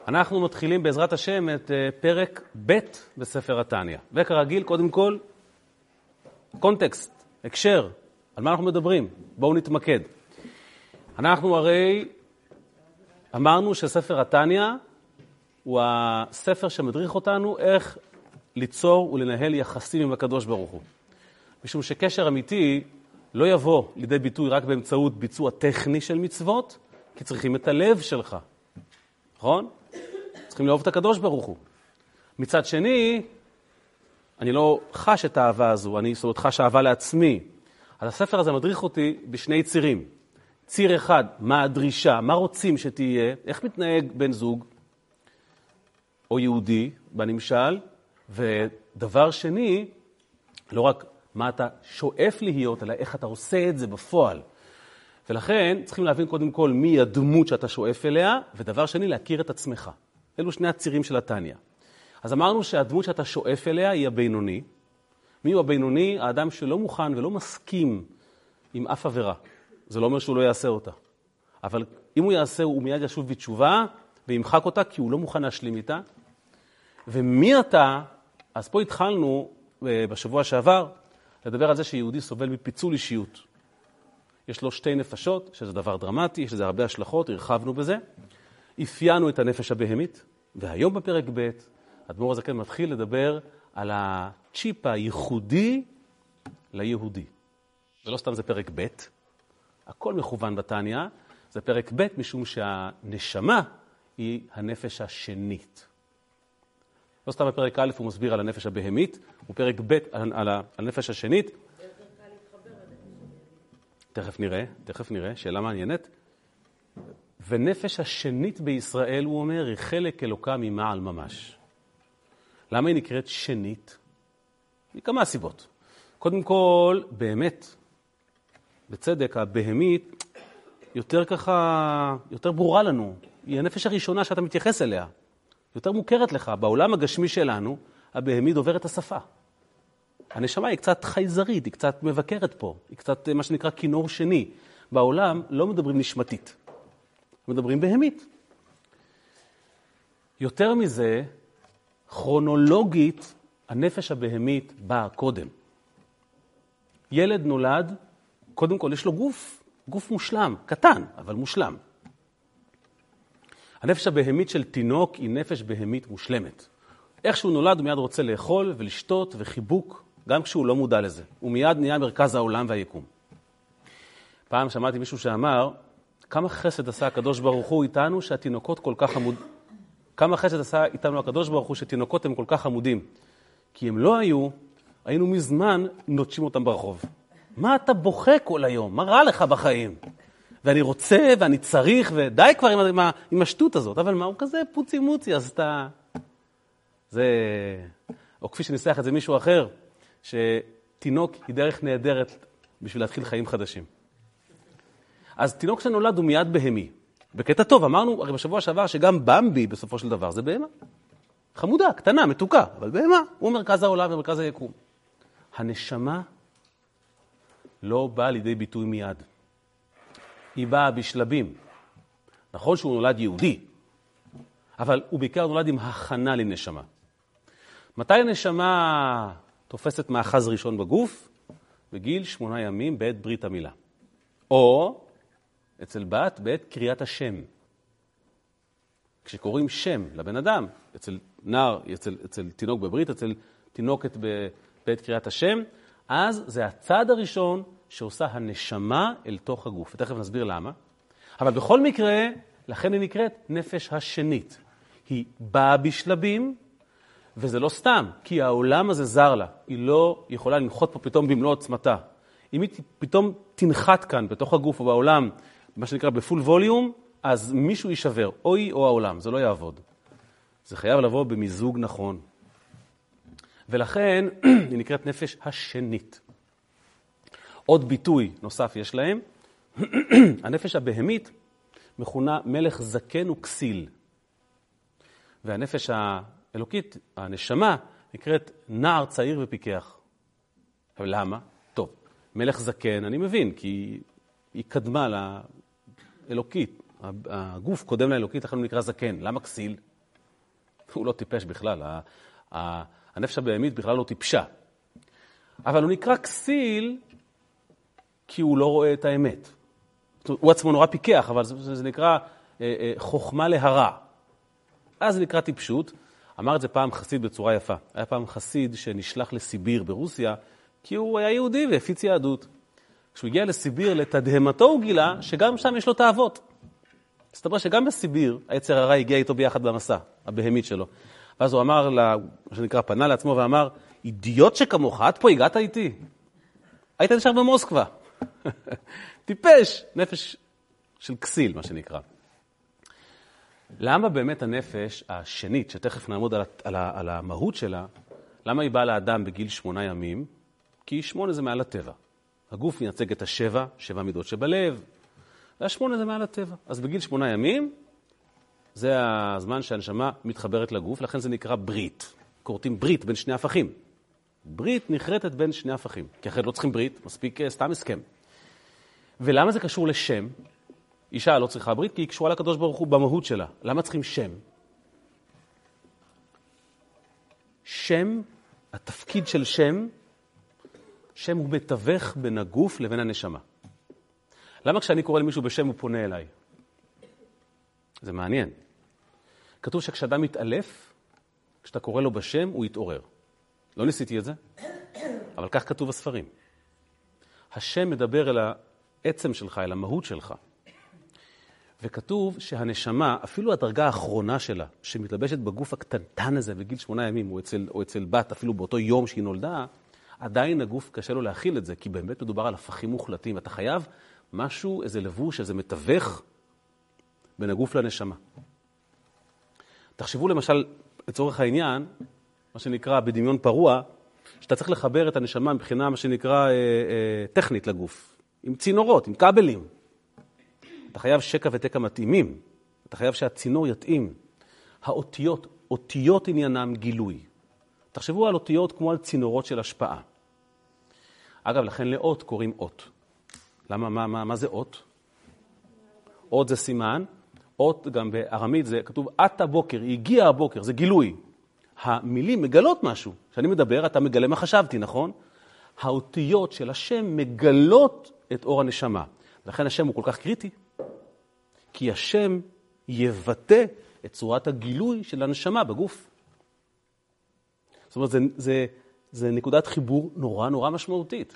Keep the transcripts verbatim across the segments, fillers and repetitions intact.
אנחנו מתחילים בעזרת השם את פרק ב' בספר התניא. וכרגיל, קודם כל, קונטקסט, הקשר, על מה אנחנו מדברים? בואו נתמקד. אנחנו הרי אמרנו שספר התניא הוא הספר שמדריך אותנו איך ליצור ולנהל יחסים עם הקדוש ברוך הוא. משום שקשר אמיתי לא יבוא לידי ביטוי רק באמצעות ביצוע טכני של מצוות, כי צריכים את הלב שלך. נכון? צריכים לאהוב את הקדוש ברוך הוא. מצד שני, אני לא חש את האהבה הזו, אני זאת אומרת חש אהבה לעצמי. אז הספר הזה מדריך אותי בשני צירים. ציר אחד, מה הדרישה, מה רוצים שתהיה, איך מתנהג בן זוג או יהודי בנמשל, ודבר שני, לא רק מה אתה שואף להיות, אלא איך אתה עושה את זה בפועל. ולכן צריכים להבין קודם כל מי הדמות שאתה שואף אליה, ודבר שני, להכיר את עצמך. אלו שני הצירים של התניא. אז אמרנו שהדמות שאתה שואף אליה היא הבינוני. מי הוא הבינוני? האדם שלא מוכן ולא מסכים עם אף עבירה. זה לא אומר שהוא לא יעשה אותה. אבל אם הוא יעשה, הוא מיד ישוב בתשובה, וימחק אותה, כי הוא לא מוכן להשלים איתה. ומי אתה? אז פה התחלנו בשבוע שעבר, לדבר על זה שיהודי סובל מפיצול אישיות. יש לו שתי נפשות, שזה דבר דרמטי, יש לזה הרבה השלכות, הרחבנו בזה. אפיינו את הנפש הבהמית, והיום בפרק ב' האדמו"ר הזקן מתחיל לדבר על הצ'יפ הייחודי ליהודי. ולא סתם זה פרק ב', הכל מכוון בתניא, זה פרק ב' משום שהנשמה היא הנפש השנית. לא סתם בפרק א' הוא מסביר על הנפש הבהמית, הוא פרק ב' על, על הנפש השנית. תכף נראה, תכף נראה, שאלה מעניינת. ונפש השנית בישראל, הוא אומר, היא חלק אלוקה ממעל ממש. למה היא נקראת שנית? מכמה סיבות. קודם כל, באמת, בצדק, הבהמית יותר ככה, יותר ברורה לנו. היא הנפש הראשונה שאתה מתייחס אליה. יותר מוכרת לך. בעולם הגשמי שלנו, הבהמית עוברת השפה. הנשמה היא קצת חייזרית, היא קצת מבקרת פה. היא קצת מה שנקרא כינור שני. בעולם לא מדברים נשמתית. מדברים בהמית. יותר מזה, כרונולוגית, הנפש הבהמית באה קודם. ילד נולד, קודם כל יש לו גוף, גוף מושלם, קטן, אבל מושלם. הנפש הבהמית של תינוק היא נפש בהמית מושלמת. איך שהוא נולד הוא מיד רוצה לאכול ולשתות וחיבוק, גם כשהוא לא מודע לזה. הוא מיד נהיה מרכז העולם והיקום. פעם שמעתי מישהו שאמר, כמה חסד עשה הקדוש ברוך הוא איתנו שהתינוקות כל כך עמוד... כמה חסד עשה איתנו הקדוש ברוך הוא שתינוקות הם כל כך עמודים. כי הם לא היו, היינו מזמן נוטשים אותם ברחוב. מה אתה בוכה כל היום? מה רע לך בחיים? ואני רוצה ואני צריך ודי כבר עם, עם, עם השטות הזאת. אבל מה הוא כזה פוצי מוצי? אז אתה... זה... או כפי שניסח את זה מישהו אחר, שתינוק היא דרך נהדרת בשביל להתחיל חיים חדשים. אז תינוק שנולד הוא מיד בהמי. בקטע טוב, אמרנו הרי בשבוע שעבר שגם במבי בסופו של דבר זה בהמה. חמודה, קטנה, מתוקה, אבל בהמה. הוא מרכז העולם ומרכז היקום. הנשמה לא באה לידי ביטוי מיד. היא באה בשלבים. נכון שהוא נולד יהודי, אבל הוא בעיקר נולד עם הכנה לנשמה. מתי הנשמה תופסת מאחז ראשון בגוף? בגיל שמונה ימים בעת ברית המילה. או אצל בת בעת קריאת השם. כשקוראים שם לבן אדם, אצל נער, אצל, אצל תינוק בברית, אצל תינוקת בעת קריאת השם, אז זה הצעד הראשון שעושה הנשמה אל תוך הגוף. ותכף נסביר למה. אבל בכל מקרה, לכן היא נקראת נפש השנית. היא באה בשלבים, וזה לא סתם, כי העולם הזה זר לה. היא לא יכולה לנחות פה פתאום במלוא עוצמתה. אם היא פתאום תנחת כאן בתוך הגוף או בעולם, מה שנקרא בפול ווליום, אז מישהו יישבר, או היא או העולם, זה לא יעבוד. זה חייב לבוא במיזוג נכון. ולכן היא נקראת נפש השנית. עוד ביטוי נוסף יש להם, הנפש הבהמית מכונה מלך זקן וכסיל. והנפש האלוקית, הנשמה, נקראת נער צעיר ופיקח. למה? טוב, מלך זקן, אני מבין, כי היא קדמה לאלוקית. הגוף קודם לאלוקית, לכן הוא נקרא זקן. למה כסיל? הוא לא טיפש בכלל, הנפש הבהמית בכלל לא טיפשה. אבל הוא נקרא כסיל כי הוא לא רואה את האמת. הוא עצמו נורא פיקח, אבל זה, זה נקרא אה, אה, חוכמה להרע. אז זה נקרא טיפשות. אמר את זה פעם חסיד בצורה יפה. היה פעם חסיד שנשלח לסיביר ברוסיה, כי הוא היה יהודי והפיץ יהדות. כשהוא הגיע לסיביר, לתדהמתו הוא גילה שגם שם יש לו תאוות. הסתבר שגם בסיביר, היצר הרע הגיע איתו ביחד במסע, הבהמית שלו. ואז הוא אמר, לה, מה שנקרא, פנה לעצמו ואמר, אידיוט שכמוך, את פה הגעת איתי. היית נשאר במוסקבה. טיפש, נפש של כסיל, מה שנקרא. למה באמת הנפש השנית, שתכף נעמוד על, על, על המהות שלה, למה היא באה לאדם בגיל שמונה ימים? כי שמונה זה מעל הטבע. הגוף מייצג את השבע, שבע מידות שבלב, והשמונה זה מעל הטבע. אז בגיל שמונה ימים, זה הזמן שהנשמה מתחברת לגוף, לכן זה נקרא ברית. קוראים ברית בין שני הפכים. ברית נחרטת בין שני הפכים, כי אחרת לא צריכים ברית, מספיק סתם הסכם. ולמה זה קשור לשם? אישה לא צריכה ברית, כי היא קשורה לקדוש ברוך הוא במהות שלה. למה צריכים שם? שם, התפקיד של שם, שם הוא מתווך בין הגוף לבין הנשמה. למה כשאני קורא למישהו בשם הוא פונה אליי? זה מעניין. כתוב שכשאדם מתעלף, כשאתה קורא לו בשם הוא יתעורר. לא ניסיתי את זה, אבל כך כתוב בספרים. השם מדבר אל העצם שלך, אל המהות שלך. וכתוב שהנשמה, אפילו הדרגה האחרונה שלה, שמתלבשת בגוף הקטנטן הזה בגיל שמונה ימים, או אצל, או אצל בת, אפילו באותו יום שהיא נולדה, עדיין הגוף קשה לו להכיל את זה, כי באמת מדובר על הפכים מוחלטים. אתה חייב משהו, איזה לבוש, איזה מתווך בין הגוף לנשמה. תחשבו למשל, לצורך העניין, מה שנקרא בדמיון פרוע, שאתה צריך לחבר את הנשמה מבחינה מה שנקרא אה, אה, טכנית לגוף, עם צינורות, עם כבלים. אתה חייב שקע ותקע מתאימים, אתה חייב שהצינור יתאים. האותיות, אותיות עניינם גילוי. תחשבו על אותיות כמו על צינורות של השפעה. אגב, לכן לאות קוראים אות. למה, מה, מה, מה זה אות? אות זה סימן, אות גם בארמית זה כתוב, את הבוקר, הגיע הבוקר, זה גילוי. המילים מגלות משהו. כשאני מדבר, אתה מגלה מה חשבתי, נכון? האותיות של השם מגלות את אור הנשמה. לכן השם הוא כל כך קריטי. כי השם יבטא את צורת הגילוי של הנשמה בגוף. זאת אומרת, זה, זה, זה נקודת חיבור נורא נורא משמעותית.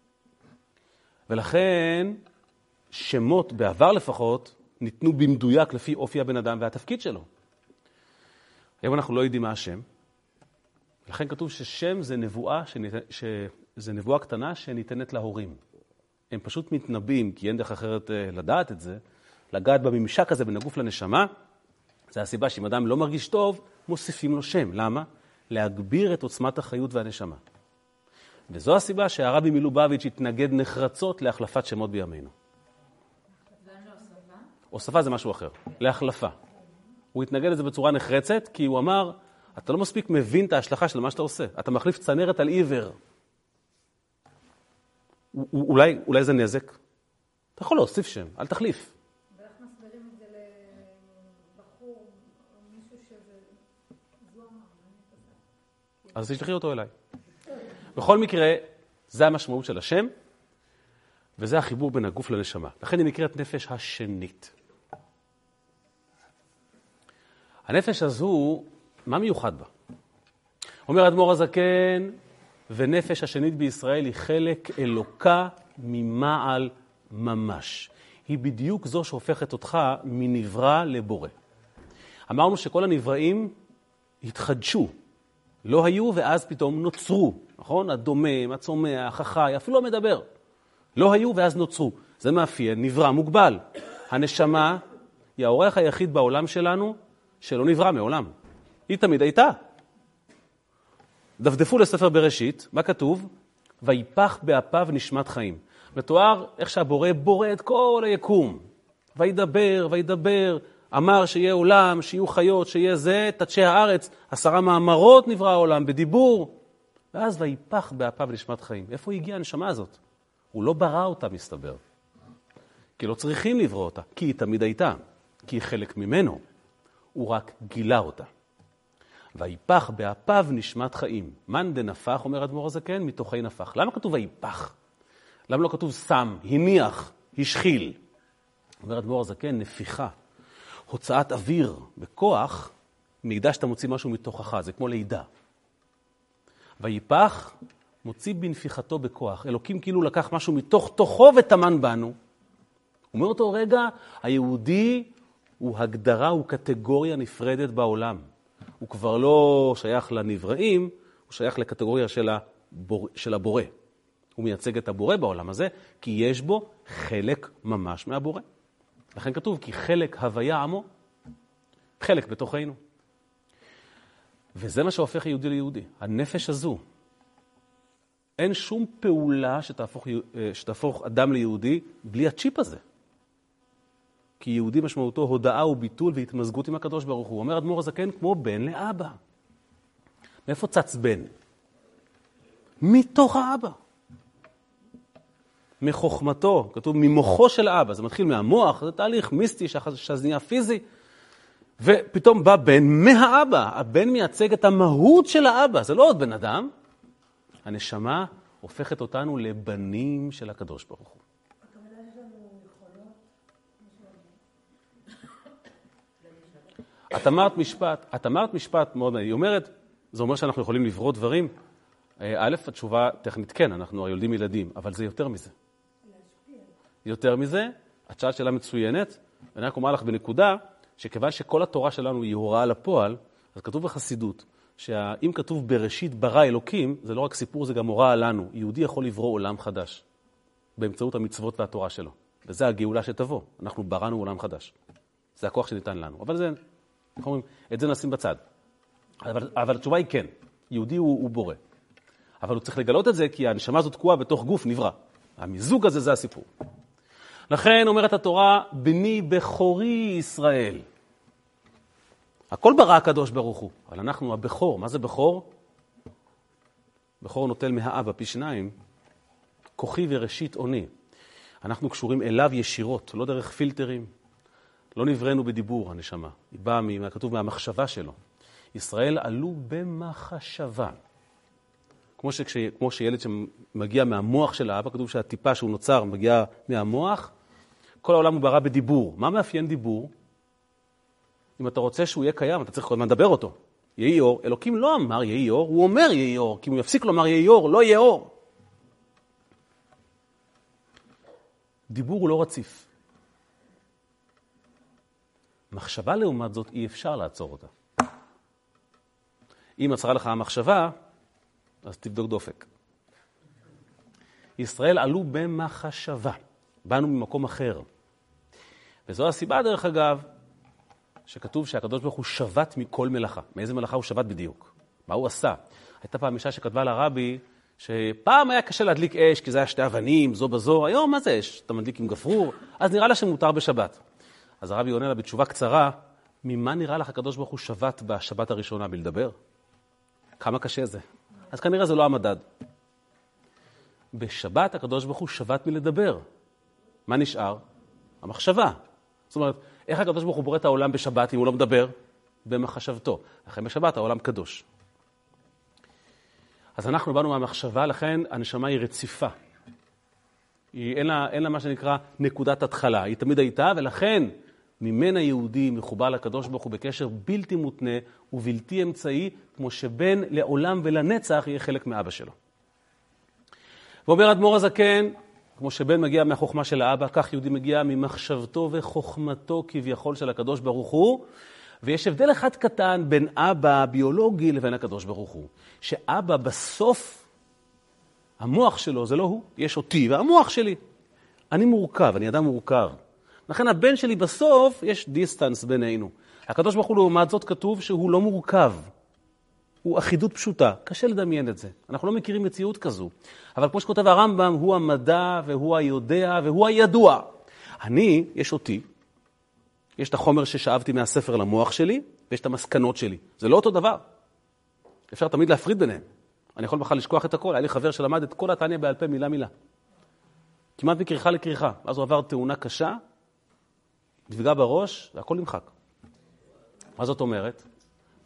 ולכן, שמות בעבר לפחות, ניתנו במדויק לפי אופי הבן אדם והתפקיד שלו. היום אנחנו לא יודעים מה השם. לכן כתוב ששם זה נבואה, שניתן, שזה נבואה קטנה שניתנת להורים. הם פשוט מתנבאים, כי אין דרך אחרת לדעת את זה, לגעת בממשק הזה בין הגוף לנשמה. זה הסיבה שאם אדם לא מרגיש טוב, מוסיפים לו שם. למה? להגביר את עוצמת החיות והנשמה. וזו הסיבה שהרבי מלובביץ' התנגד נחרצות להחלפת שמות בימינו. הוספה זה משהו אחר, להחלפה. הוא התנגד לזה בצורה נחרצת, כי הוא אמר, אתה לא מספיק מבין את ההשלכה של מה שאתה עושה. אתה מחליף צנרת על עיוור. אולי, אולי זה נזק. אתה יכול להוסיף שם, אל תחליף. ואיך מסבירים את זה לבחור או מישהו שזה... זו אמר, אז תשלחי אותו אליי. בכל מקרה, זה המשמעות של השם, וזה החיבור בין הגוף לנשמה. לכן היא נקראת נפש השנית. הנפש הזו, מה מיוחד בה? אומר אדמו"ר הזקן, ונפש השנית בישראל היא חלק אלוקה ממעל ממש. היא בדיוק זו שהופכת אותך מנברא לבורא. אמרנו שכל הנבראים התחדשו, לא היו ואז פתאום נוצרו, נכון? הדומם, הצומח, החי, אפילו לא מדבר. לא היו ואז נוצרו. זה מאפיין נברא מוגבל. הנשמה היא האורח היחיד בעולם שלנו שלא נברא מעולם. היא תמיד הייתה. דפדפו לספר בראשית, מה כתוב? ויפח באפיו נשמת חיים. מתואר איך שהבורא בורא את כל היקום. וידבר, וידבר, אמר שיהיה עולם, שיהיו חיות, שיהיה זה, תדשי הארץ, עשרה מאמרות נברא העולם בדיבור. ואז ויפח באפיו נשמת חיים. איפה הגיעה הנשמה הזאת? הוא לא ברא אותה, מסתבר. כי לא צריכים לברוא אותה, כי היא תמיד הייתה, כי היא חלק ממנו. הוא רק גילה אותה. ויפח באפיו נשמת חיים. מן דנפח, אומר אדמו"ר הזקן, מתוכי נפח. למה כתוב ויפח? למה לא כתוב שם, הניח, השחיל? אומר אדמו"ר הזקן, נפיחה. הוצאת אוויר בכוח, מידע שאתה מוציא משהו מתוכך, זה כמו לידה. ויפח, מוציא בנפיחתו בכוח. אלוקים כאילו לקח משהו מתוך תוכו וטמן בנו. ומאותו רגע, היהודי הוא הגדרה, הוא קטגוריה נפרדת בעולם. הוא כבר לא שייך לנבראים, הוא שייך לקטגוריה של הבור... של הבורא. הוא מייצג את הבורא בעולם הזה, כי יש בו חלק ממש מהבורא. לכן כתוב, כי חלק הוויה עמו, חלק בתוכנו. וזה מה שהופך יהודי ליהודי. הנפש הזו. אין שום פעולה שתהפוך, שתהפוך אדם ליהודי בלי הצ'יפ הזה. כי יהודי משמעותו הודעה וביטול והתמזגות עם הקדוש ברוך הוא. אומר אדמו"ר הזקן כמו בן לאבא. מאיפה צץ בן? מתוך האבא. מחוכמתו, כתוב ממוחו של האבא. זה מתחיל מהמוח, זה תהליך מיסטי שזה נהיה פיזי. ופתאום בא בן מהאבא. הבן מייצג את המהות של האבא. זה לא עוד בן אדם. הנשמה הופכת אותנו לבנים של הקדוש ברוך הוא. את אמרת משפט, את אמרת משפט מאוד, היא אומרת, זה אומר שאנחנו יכולים לברוא דברים. א', התשובה טכנית כן, אנחנו יולדים ילדים, אבל זה יותר מזה. יותר מזה, את שאלת שאלה מצוינת, ואני רק אומר לך בנקודה, שכיוון שכל התורה שלנו היא הוראה לפועל, אז כתוב בחסידות, שאם כתוב בראשית ברא אלוקים, זה לא רק סיפור, זה גם הוראה לנו. יהודי יכול לברוא עולם חדש, באמצעות המצוות והתורה שלו. וזה הגאולה שתבוא. אנחנו בראנו עולם חדש. זה הכוח שניתן לנו. אבל זה, אנחנו אומרים, את זה נשים בצד. אבל, אבל התשובה היא כן. יהודי הוא, הוא בורא. אבל הוא צריך לגלות את זה, כי הנשמה הזאת תקועה בתוך גוף נברא. המיזוג הזה זה הסיפור. לכן אומרת התורה, בני בכורי ישראל. הכל ברא הקדוש ברוך הוא, אבל אנחנו הבכור. מה זה בכור? בכור נוטל מהאבא פי שניים, כוחי וראשית עוני. אנחנו קשורים אליו ישירות, לא דרך פילטרים. לא נברנו בדיבור הנשמה. היא באה, מה כתוב, מהמחשבה שלו. ישראל עלו במחשבה. כמו, שכש, כמו שילד שמגיע מהמוח של האבא, כתוב שהטיפה שהוא נוצר מגיע מהמוח, כל העולם הוא ברא בדיבור. מה מאפיין דיבור? אם אתה רוצה שהוא יהיה קיים, אתה צריך כל הזמן לדבר אותו. יהי אור. אלוקים לא אמר יהי אור, הוא אומר יהי אור, כי אם הוא יפסיק לומר יהי אור, לא יהיה אור. דיבור הוא לא רציף. מחשבה לעומת זאת אי אפשר לעצור אותה. אם עצרה לך המחשבה, אז תבדוק דופק. ישראל עלו במחשבה. באנו ממקום אחר. וזו הסיבה, דרך אגב, שכתוב שהקדוש ברוך הוא שבת מכל מלאכה. מאיזה מלאכה הוא שבת בדיוק? מה הוא עשה? הייתה פעם אישה שכתבה לרבי, שפעם היה קשה להדליק אש, כי זה היה שתי אבנים, זו בזו. היום, מה זה אש? אתה מדליק עם גפרור? אז נראה לה שמותר בשבת. אז הרבי עונה לה בתשובה קצרה, ממה נראה לך הקדוש ברוך הוא שבת בשבת הראשונה בלדבר? כמה קשה זה? אז כנראה זה לא המדד. בשבת הקדוש ברוך הוא שבת מלדבר. מה נשאר? המחשבה. זאת אומרת, איך הקדוש ברוך הוא בורא את העולם בשבת אם הוא לא מדבר? במחשבתו. לכן בשבת העולם קדוש. אז אנחנו באנו מהמחשבה, לכן הנשמה היא רציפה. היא, אין לה, אין לה מה שנקרא נקודת התחלה. היא תמיד הייתה, ולכן ממנה יהודי מחובר לקדוש ברוך הוא בקשר בלתי מותנה ובלתי אמצעי, כמו שבן לעולם ולנצח יהיה חלק מאבא שלו. ואומר אדמו"ר הזקן, כמו שבן מגיע מהחוכמה של האבא, כך יהודי מגיע ממחשבתו וחוכמתו כביכול של הקדוש ברוך הוא, ויש הבדל אחד קטן בין אבא ביולוגי לבין הקדוש ברוך הוא. שאבא בסוף, המוח שלו זה לא הוא, יש אותי והמוח שלי. אני מורכב, אני אדם מורכב. לכן הבן שלי בסוף יש דיסטנס בינינו. הקדוש ברוך הוא לעומת זאת כתוב שהוא לא מורכב. הוא אחידות פשוטה, קשה לדמיין את זה. אנחנו לא מכירים מציאות כזו. אבל כמו שכותב הרמב"ם, הוא המדע והוא היודע והוא הידוע. אני, יש אותי, יש את החומר ששאבתי מהספר למוח שלי, ויש את המסקנות שלי. זה לא אותו דבר. אפשר תמיד להפריד ביניהם. אני יכול בכלל לשכוח את הכל. היה לי חבר שלמד את כל התניא בעל פה מילה מילה. כמעט מכריכה לכריכה. אז הוא עבר תאונה קשה, דפגה בראש, והכל נמחק. מה זאת אומרת?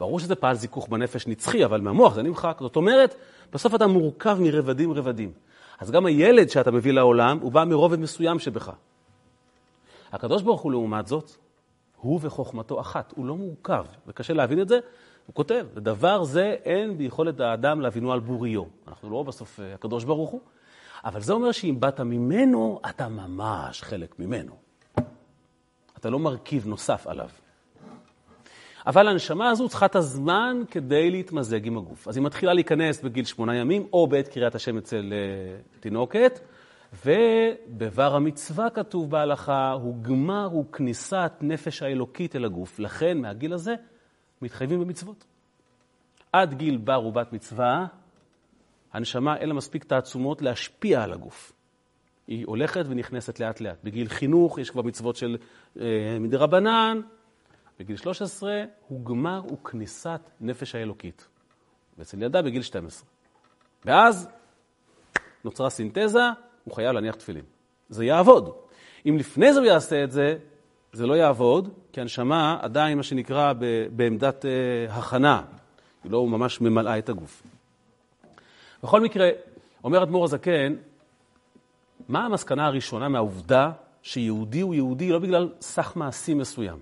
ברור שזה פעל זיכוך בנפש נצחי, אבל מהמוח זה נמחק. זאת אומרת, בסוף אתה מורכב מרבדים רבדים. אז גם הילד שאתה מביא לעולם, הוא בא מרובד מסוים שבך. הקדוש ברוך הוא לעומת זאת, הוא וחוכמתו אחת, הוא לא מורכב, וקשה להבין את זה, הוא כותב, לדבר זה אין ביכולת האדם להבינו על בוריו. אנחנו לא בסוף הקדוש ברוך הוא, אבל זה אומר שאם באת ממנו, אתה ממש חלק ממנו. אתה לא מרכיב נוסף עליו. אבל הנשמה הזו צריכה את הזמן כדי להתמזג עם הגוף. אז היא מתחילה להיכנס בגיל שמונה ימים, או בעת קריאת השם אצל תינוקת, ובבר המצווה כתוב בהלכה, הוא גמר, הוא כניסת נפש האלוקית אל הגוף. לכן, מהגיל הזה, מתחייבים במצוות. עד גיל בר ובת מצווה, הנשמה אין לה מספיק תעצומות להשפיע על הגוף. היא הולכת ונכנסת לאט לאט. בגיל חינוך יש כבר מצוות של אה, מדרבנן. בגיל שלוש עשרה הוא גמר, הוא כניסת נפש האלוקית. ואצל ילדה בגיל שתים עשרה. ואז נוצרה סינתזה, הוא חייב להניח תפילין. זה יעבוד. אם לפני זה הוא יעשה את זה, זה לא יעבוד, כי הנשמה עדיין מה שנקרא בעמדת אה, הכנה. היא לא ממש ממלאה את הגוף. בכל מקרה, אומר אדמו"ר הזקן, מה המסקנה הראשונה מהעובדה שיהודי הוא יהודי לא בגלל סך מעשי מסוים?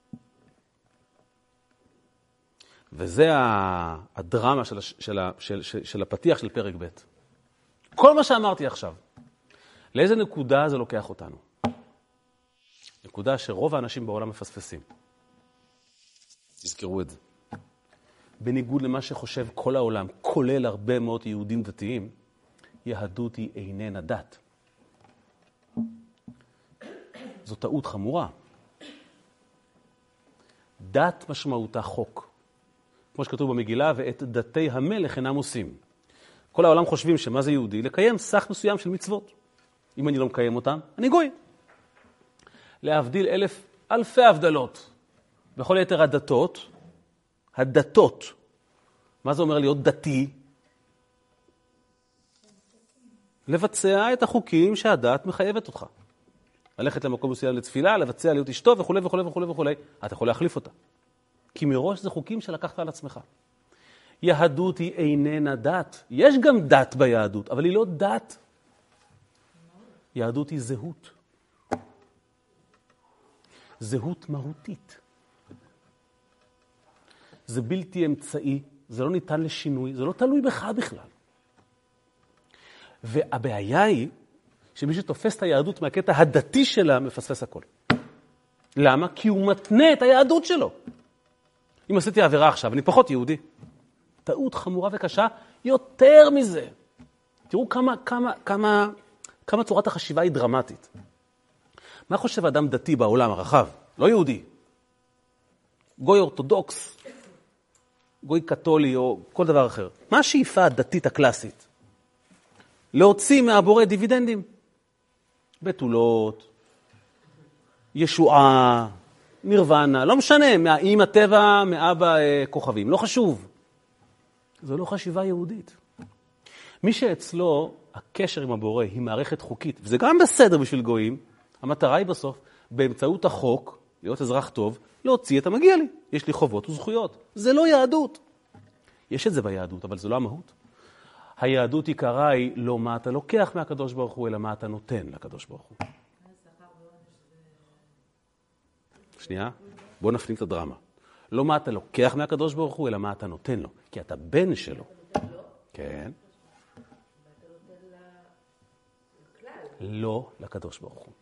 וזה הדרמה של, של, של, של, של הפתיח של פרק ב'. כל מה שאמרתי עכשיו, לאיזה נקודה זה לוקח אותנו? נקודה שרוב האנשים בעולם מפספסים. תזכרו את זה. בניגוד למה שחושב כל העולם, כולל הרבה מאוד יהודים דתיים, יהדות היא איננה דת. זו טעות חמורה. דת משמעותה חוק. כמו שכתוב במגילה, ואת דתי המלך אינם עושים. כל העולם חושבים שמה זה יהודי? לקיים סך מסוים של מצוות. אם אני לא מקיים אותם, אני גוי. להבדיל אלף, אלפי הבדלות. בכל יתר הדתות, הדתות, מה זה אומר להיות דתי? לבצע את החוקים שהדת מחייבת אותך. ללכת למקום מסוים לתפילה, לבצע להיות אשתו וכו' וכו' וכו' וכו'. אתה יכול להחליף אותה. כי מראש זה חוקים שלקחת על עצמך. יהדות היא איננה דת. יש גם דת ביהדות, אבל היא לא דת. יהדות היא זהות. זהות מהותית. זה בלתי אמצעי, זה לא ניתן לשינוי, זה לא תלוי בך בכלל. והבעיה היא שמי שתופס את היהדות מהקטע הדתי שלה מפספס הכל. למה? כי הוא מתנה את היהדות שלו. אם עשיתי עבירה עכשיו, אני פחות יהודי. טעות חמורה וקשה, יותר מזה. תראו כמה, כמה, כמה, כמה צורת החשיבה היא דרמטית. מה חושב אדם דתי בעולם הרחב? לא יהודי. גוי אורתודוקס, גוי קתולי או כל דבר אחר. מה השאיפה הדתית הקלאסית? להוציא מהבורא דיבידנדים. בתולות, ישועה, נירוונה, לא משנה, מאמא טבע, מאבא כוכבים, לא חשוב. זו לא חשיבה יהודית. מי שאצלו הקשר עם הבורא היא מערכת חוקית, וזה גם בסדר בשביל גויים, המטרה היא בסוף, באמצעות החוק, להיות אזרח טוב, להוציא את המגיע לי. יש לי חובות וזכויות. זה לא יהדות. יש את זה ביהדות, אבל זה לא המהות. היהדות עיקרה היא לא מה אתה לוקח מהקדוש ברוך הוא, אלא מה אתה נותן לקדוש ברוך הוא. שנייה, בוא נפנים את הדרמה. לא מה אתה לוקח מהקדוש ברוך הוא, אלא מה אתה נותן לו. כי אתה בן שלו. כן. לא לקדוש ברוך הוא.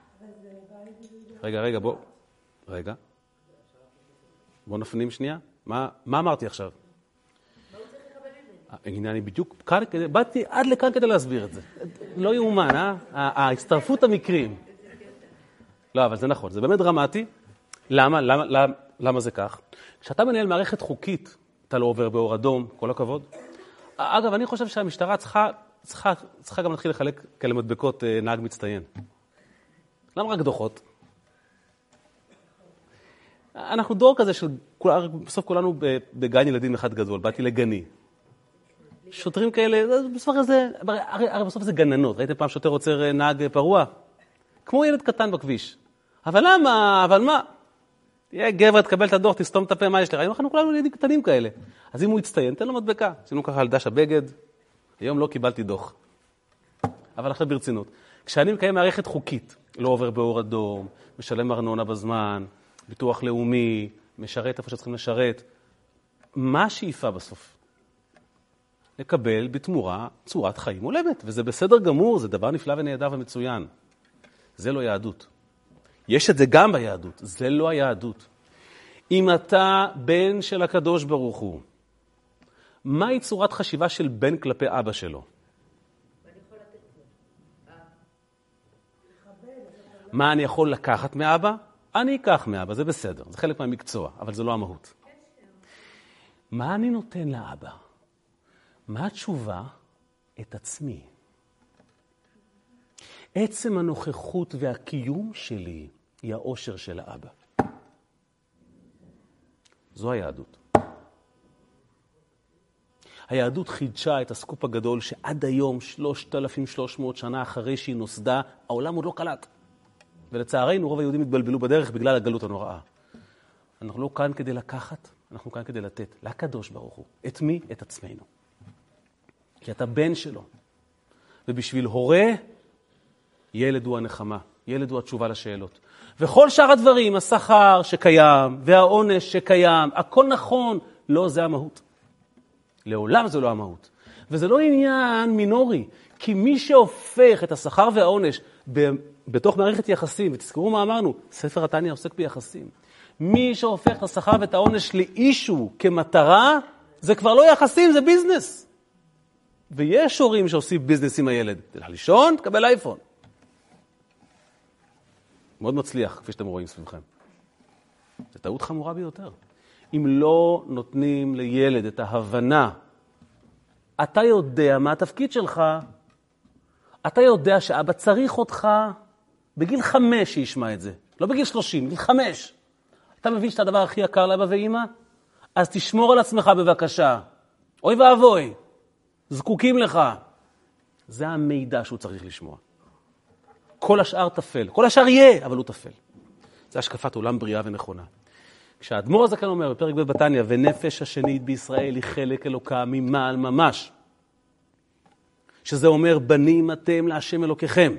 רגע, רגע, בוא. רגע. בוא נפנים שנייה. מה, מה אמרתי עכשיו? הנה, אני בדיוק כאן, באתי עד לכאן כדי להסביר את זה. לא יאומן, אה? ההצטרפות המקרים. לא, אבל זה נכון, זה באמת דרמטי. למה? למה, למה, למה זה כך? כשאתה מנהל מערכת חוקית, אתה לא עובר באור אדום, כל הכבוד. אגב, אני חושב שהמשטרה צריכה, צריכה, צריכה גם להתחיל לחלק כאלה מדבקות נהג מצטיין. למה רק דוחות? אנחנו דור כזה של, בסוף כולנו בגן ילדים אחד גדול, באתי לגני. שוטרים כאלה, בסוף זה, הרי, הרי בסוף זה גננות. ראיתם פעם שוטר עוצר נהג פרוע? כמו ילד קטן בכביש. אבל למה? אבל מה? תהיה גבר, תקבל את הדוח, תסתום את הפה, מה יש לך? אנחנו כולנו ילדים קטנים כאלה. אז אם הוא יצטיין, תן לו מדבקה. עשינו ככה על דש הבגד, היום לא קיבלתי דוח. אבל עכשיו ברצינות. כשאני מקיים מערכת חוקית, לא עובר באור אדום, משלם ארנונה בזמן, ביטוח לאומי, משרת איפה שצריכים לשרת, מה השאיפה בסוף? לקבל בתמורה צורת חיים הולמת, וזה בסדר גמור, זה דבר נפלא ונהדר ומצוין. זה לא יהדות. יש את זה גם ביהדות, זה לא היהדות. אם אתה בן של הקדוש ברוך הוא, מהי צורת חשיבה של בן כלפי אבא שלו? מה אני יכול לקחת מאבא? אני אקח מאבא, זה בסדר, זה חלק מהמקצוע, אבל זה לא המהות. מה אני נותן לאבא? מה התשובה? את עצמי. עצם הנוכחות והקיום שלי היא האושר של האבא. זו היהדות. היהדות חידשה את הסקופ הגדול שעד היום, שלושת אלפים ושלוש מאות שנה אחרי שהיא נוסדה, העולם עוד לא קלט. ולצערנו רוב היהודים התבלבלו בדרך בגלל הגלות הנוראה. אנחנו לא כאן כדי לקחת, אנחנו כאן כדי לתת לקדוש ברוך הוא. את מי? את עצמנו. כי אתה בן שלו. ובשביל הורה, ילד הוא הנחמה, ילד הוא התשובה לשאלות. וכל שאר הדברים, השכר שקיים והעונש שקיים, הכל נכון, לא זה המהות. לעולם זה לא המהות. וזה לא עניין מינורי, כי מי שהופך את השכר והעונש ב- בתוך מערכת יחסים, ותזכרו מה אמרנו, ספר התניא עוסק ביחסים. מי שהופך את השכר ואת העונש לאישו כמטרה, זה כבר לא יחסים, זה ביזנס. ויש הורים שעושים ביזנס עם הילד. תלך לישון, תקבל אייפון. מאוד מצליח, כפי שאתם רואים סביבכם. זו טעות חמורה ביותר. אם לא נותנים לילד את ההבנה, אתה יודע מה התפקיד שלך, אתה יודע שאבא צריך אותך בגיל חמש שישמע את זה. לא בגיל שלושים, בגיל חמש. אתה מבין שאתה הדבר הכי יקר לאבא ואמא? אז תשמור על עצמך בבקשה. אוי ואבוי. זקוקים לך. זה המידע שהוא צריך לשמוע. כל השאר תפל. כל השאר יהיה, אבל הוא תפל. זה השקפת עולם בריאה ונכונה. כשהאדמו"ר הזקן אומר בפרק ב' בתניא, ונפש השנית בישראל היא חלק אלוקה ממעל ממש. שזה אומר, בנים אתם להשם אלוקיכם.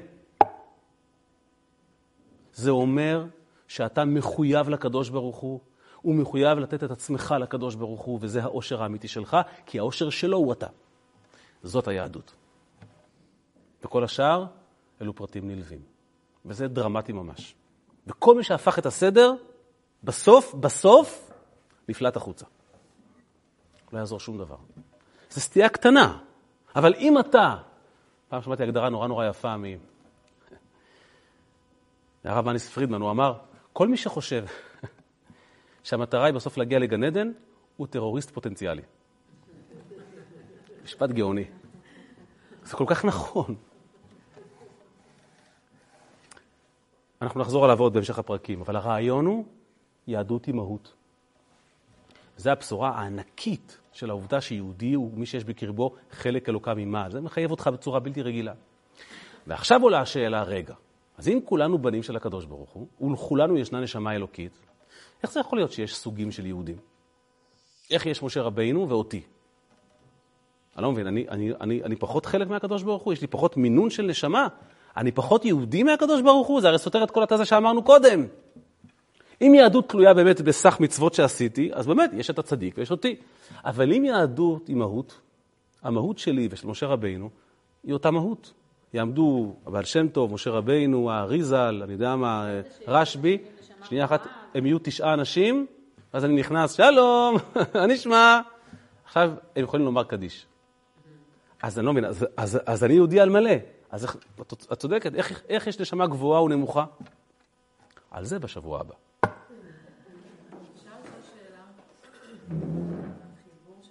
זה אומר שאתה מחויב לקדוש ברוך הוא, הוא מחויב לתת את עצמך לקדוש ברוך הוא, וזה האושר האמיתי שלך, כי האושר שלו הוא אתה. זאת היהדות. וכל השאר, אלו פרטים נלווים. וזה דרמטי ממש. וכל מי שהפך את הסדר, בסוף, בסוף, נפלט החוצה. לא יעזור שום דבר. זה סטייה קטנה. אבל אם אתה, פעם שמעתי הגדרה נורא נורא יפה מ... הרב מניס פרידמן, הוא אמר, כל מי שחושב שהמטרה היא בסוף להגיע לגן עדן, הוא טרוריסט פוטנציאלי. משפט גאוני. זה כל כך נכון. אנחנו נחזור עליו עוד בהמשך הפרקים, אבל הרעיון הוא יהדות היא מהות. זו הבשורה הענקית של העובדה שיהודי הוא מי שיש בקרבו חלק אלוקה ממעל. זה מחייב אותך בצורה בלתי רגילה. ועכשיו עולה השאלה, רגע, אז אם כולנו בנים של הקדוש ברוך הוא, ולכולנו ישנה נשמה אלוקית, איך זה יכול להיות שיש סוגים של יהודים? איך יש משה רבינו ואותי? אני לא מבין, אני, אני, אני, אני פחות חלק מהקדוש ברוך הוא, יש לי פחות מינון של נשמה, אני פחות יהודי מהקדוש ברוך הוא, זה הרי סותר את כל התזה שאמרנו קודם. אם יהדות תלויה באמת בסך מצוות שעשיתי, אז באמת יש את הצדיק ויש אותי. אבל אם יהדות היא מהות, המהות שלי ושל משה רבינו היא אותה מהות. יעמדו הבעל שם טוב, משה רבינו, האריזל, אני יודע מה, רשב"י, שנייה אחת, הם יהיו תשעה אנשים, אז אני נכנס, שלום, אני אשמע. עכשיו הם יכולים לומר קדיש. אז אני לא מבין, אז, אז, אז אני יהודי על מלא. אז את צודקת, איך, איך יש נשמה גבוהה ונמוכה? על זה בשבוע הבא. אפשר לשאול שאלה?